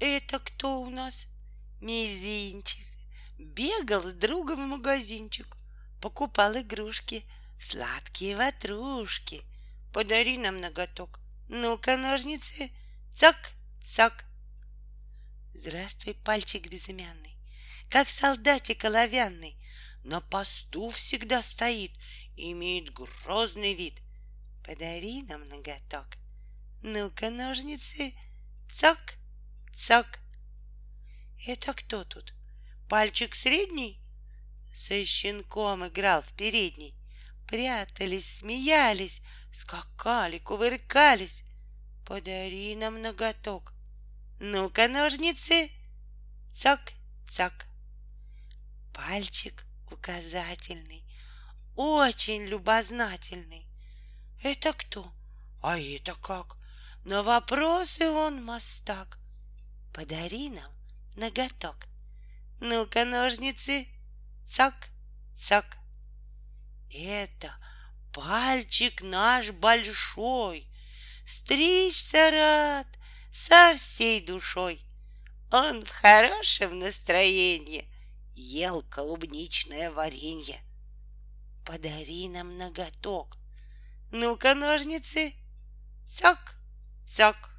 Это кто у нас? Мизинчик. Бегал с другом в магазинчик, покупал игрушки, сладкие ватрушки. Подари нам ноготок. Ну-ка, ножницы. Цок, цок. Здравствуй, пальчик безымянный, как солдатик оловянный, на посту всегда стоит, имеет грозный вид. Подари нам ноготок. Ну-ка, ножницы. Цок, цок. Это кто тут? Пальчик средний? Со щенком играл в передней. Прятались, смеялись, скакали, кувыркались. Подари нам ноготок. Ну-ка, ножницы. Цок, цок. Пальчик указательный, очень любознательный. Это кто? А это как? На вопросы он мастак. Подари нам ноготок. Ну-ка, ножницы. Цок, цок. Это пальчик наш большой, стричься рад со всей душой. Он в хорошем настроении ел клубничное варенье. Подари нам ноготок. Ну-ка, ножницы. Цок, цок.